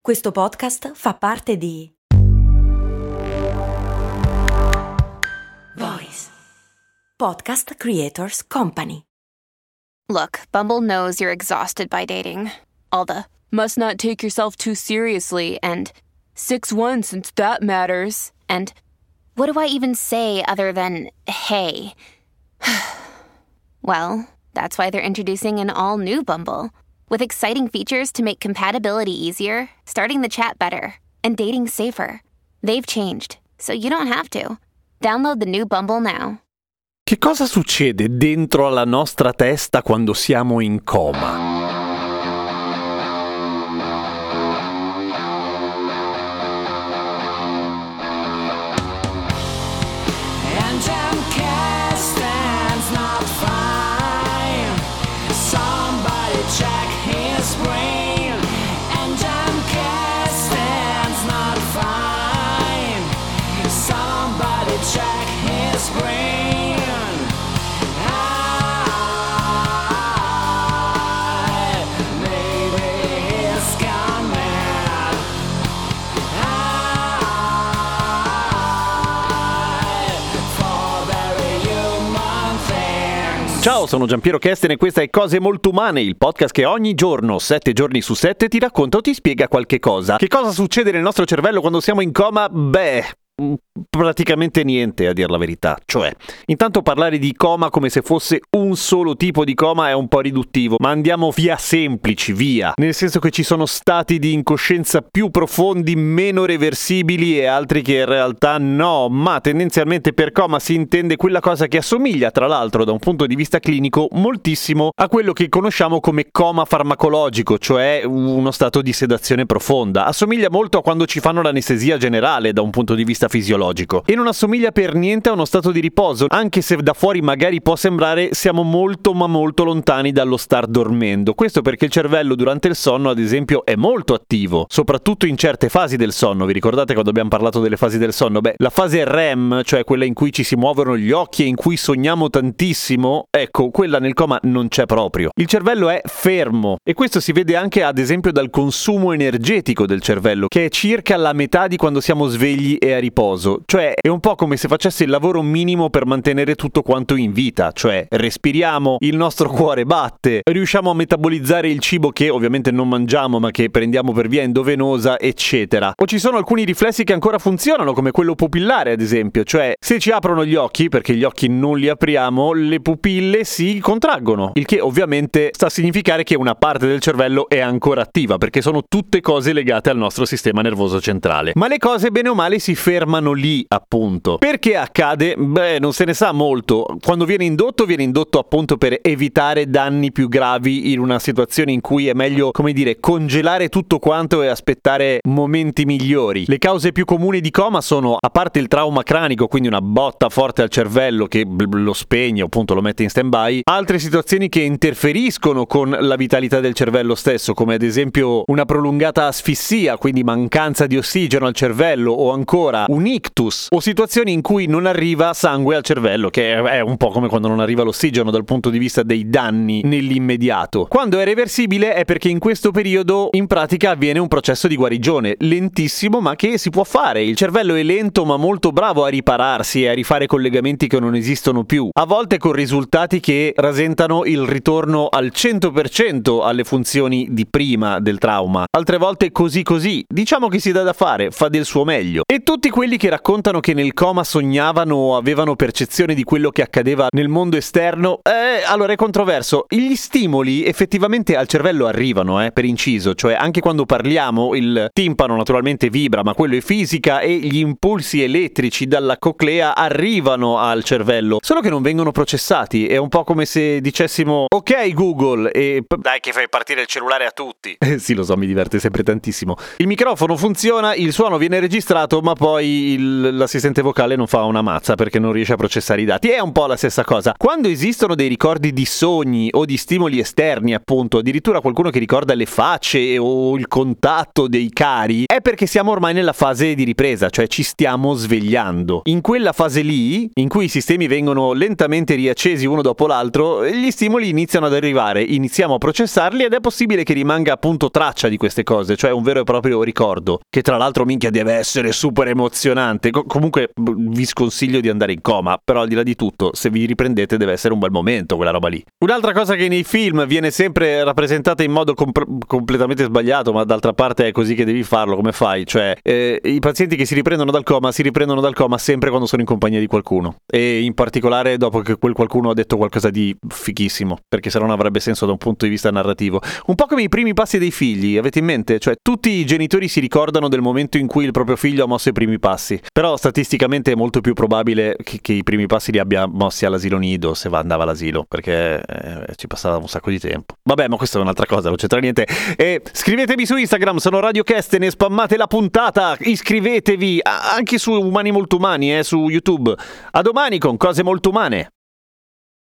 Questo podcast fa parte di Voice Podcast Creators Company. Look, Bumble knows you're exhausted by dating. All the must not take yourself too seriously and 6'1" since that matters. And what do I even say other than hey? Well, that's why they're introducing an all-new Bumble. With exciting features to make compatibility easier, starting the chat better, and dating safer. They've changed, so you don't have to. Download the new Bumble now. Che cosa succede dentro alla nostra testa quando siamo in coma? Ciao, sono Giampiero Kesten e questa è Cose Molto Umane, il podcast che ogni giorno, 7 giorni su 7, ti racconta o ti spiega qualche cosa. Che cosa succede nel nostro cervello quando siamo in coma? Praticamente niente, a dir la verità. Cioè, intanto parlare di coma come se fosse un solo tipo di coma è un po' riduttivo, ma andiamo via semplici, via. Nel senso che ci sono stati di incoscienza più profondi, meno reversibili e altri che in realtà no, ma tendenzialmente per coma si intende quella cosa che assomiglia, tra l'altro, da un punto di vista clinico, moltissimo a quello che conosciamo come coma farmacologico, cioè uno stato di sedazione profonda. Assomiglia molto a quando ci fanno l'anestesia generale da un punto di vista fisiologico e non assomiglia per niente a uno stato di riposo, anche se da fuori magari può sembrare siamo molto ma molto lontani dallo star dormendo. Questo perché il cervello durante il sonno, ad esempio, è molto attivo, soprattutto in certe fasi del sonno. Vi ricordate quando abbiamo parlato delle fasi del sonno? La fase REM, cioè quella in cui ci si muovono gli occhi e in cui sogniamo tantissimo, ecco, quella nel coma non c'è proprio. Il cervello è fermo e questo si vede anche ad esempio dal consumo energetico del cervello, che è circa la metà di quando siamo svegli e a riposo. Cioè è un po' come se facesse il lavoro minimo per mantenere tutto quanto in vita, cioè respiriamo, il nostro cuore batte, riusciamo a metabolizzare il cibo che ovviamente non mangiamo ma che prendiamo per via endovenosa, eccetera. O ci sono alcuni riflessi che ancora funzionano, come quello pupillare ad esempio, cioè se ci aprono gli occhi, perché gli occhi non li apriamo, le pupille si contraggono, il che ovviamente sta a significare che una parte del cervello è ancora attiva, perché sono tutte cose legate al nostro sistema nervoso centrale. Ma le cose bene o male si fermano lì, appunto. Perché accade? Non se ne sa molto. Quando viene indotto appunto per evitare danni più gravi in una situazione in cui è meglio, come dire, congelare tutto quanto e aspettare momenti migliori. Le cause più comuni di coma sono, a parte il trauma cranico, quindi una botta forte al cervello che lo spegne o appunto lo mette in stand-by, altre situazioni che interferiscono con la vitalità del cervello stesso, come ad esempio una prolungata asfissia, quindi mancanza di ossigeno al cervello, o ancora un ictus, o situazioni in cui non arriva sangue al cervello, che è un po' come quando non arriva l'ossigeno dal punto di vista dei danni nell'immediato. Quando è reversibile è perché in questo periodo in pratica avviene un processo di guarigione, lentissimo ma che si può fare. Il cervello è lento ma molto bravo a ripararsi e a rifare collegamenti che non esistono più, a volte con risultati che rasentano il ritorno al 100% alle funzioni di prima del trauma, altre volte così. Diciamo che si dà da fare, fa del suo meglio. E tutti quelli che raccontano che nel coma sognavano o avevano percezione di quello che accadeva nel mondo esterno, allora è controverso. Gli stimoli effettivamente al cervello arrivano, per inciso, cioè anche quando parliamo il timpano naturalmente vibra, ma quello è fisica, e gli impulsi elettrici dalla coclea arrivano al cervello, solo che non vengono processati. È un po' come se dicessimo ok Google e dai che fai partire il cellulare a tutti. Sì, lo so, mi diverte sempre tantissimo. Il microfono funziona, il suono viene registrato, ma poi l'assistente vocale non fa una mazza perché non riesce a processare i dati. È un po' la stessa cosa. Quando esistono dei ricordi di sogni o di stimoli esterni, appunto, addirittura qualcuno che ricorda le facce o il contatto dei cari, è perché siamo ormai nella fase di ripresa, cioè ci stiamo svegliando. In quella fase lì, in cui i sistemi vengono lentamente riaccesi uno dopo l'altro, gli stimoli iniziano ad arrivare, iniziamo a processarli ed è possibile che rimanga appunto traccia di queste cose, cioè un vero e proprio ricordo, che tra l'altro minchia deve essere super emozionante. Comunque vi sconsiglio di andare in coma, però al di là di tutto, se vi riprendete deve essere un bel momento quella roba lì. Un'altra cosa che nei film viene sempre rappresentata in modo completamente sbagliato, ma d'altra parte è così che devi farlo, come fai? Cioè i pazienti che si riprendono dal coma sempre quando sono in compagnia di qualcuno, e in particolare dopo che quel qualcuno ha detto qualcosa di fighissimo, perché se no non avrebbe senso da un punto di vista narrativo. Un po' come i primi passi dei figli, avete in mente? Cioè tutti i genitori si ricordano del momento in cui il proprio figlio ha mosso i primi passi, però statisticamente è molto più probabile che i primi passi li abbia mossi all'asilo nido, se andava all'asilo, perché ci passava un sacco di tempo. Vabbè, ma questa è un'altra cosa, non c'entra niente. E scrivetemi su Instagram, sono RadioCast, ne spammate la puntata, iscrivetevi anche su Umani Molto Umani, su YouTube. A domani con Cose Molto Umane.